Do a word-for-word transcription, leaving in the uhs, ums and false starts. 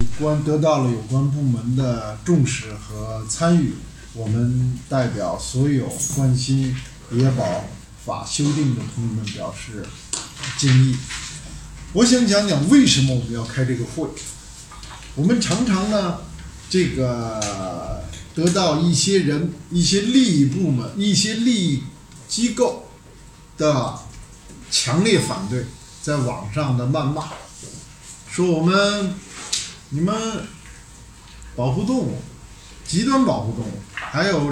关得到了有关部门的重视和参与，我们代表所有关心野保法修订的同志们表示敬意。我想讲讲为什么我们要开这个会。我们常常呢，这个得到一些人、一些利益部门、一些利益机构的强烈反对，在网上的谩骂，说我们你们保护动物，极端保护动物，还有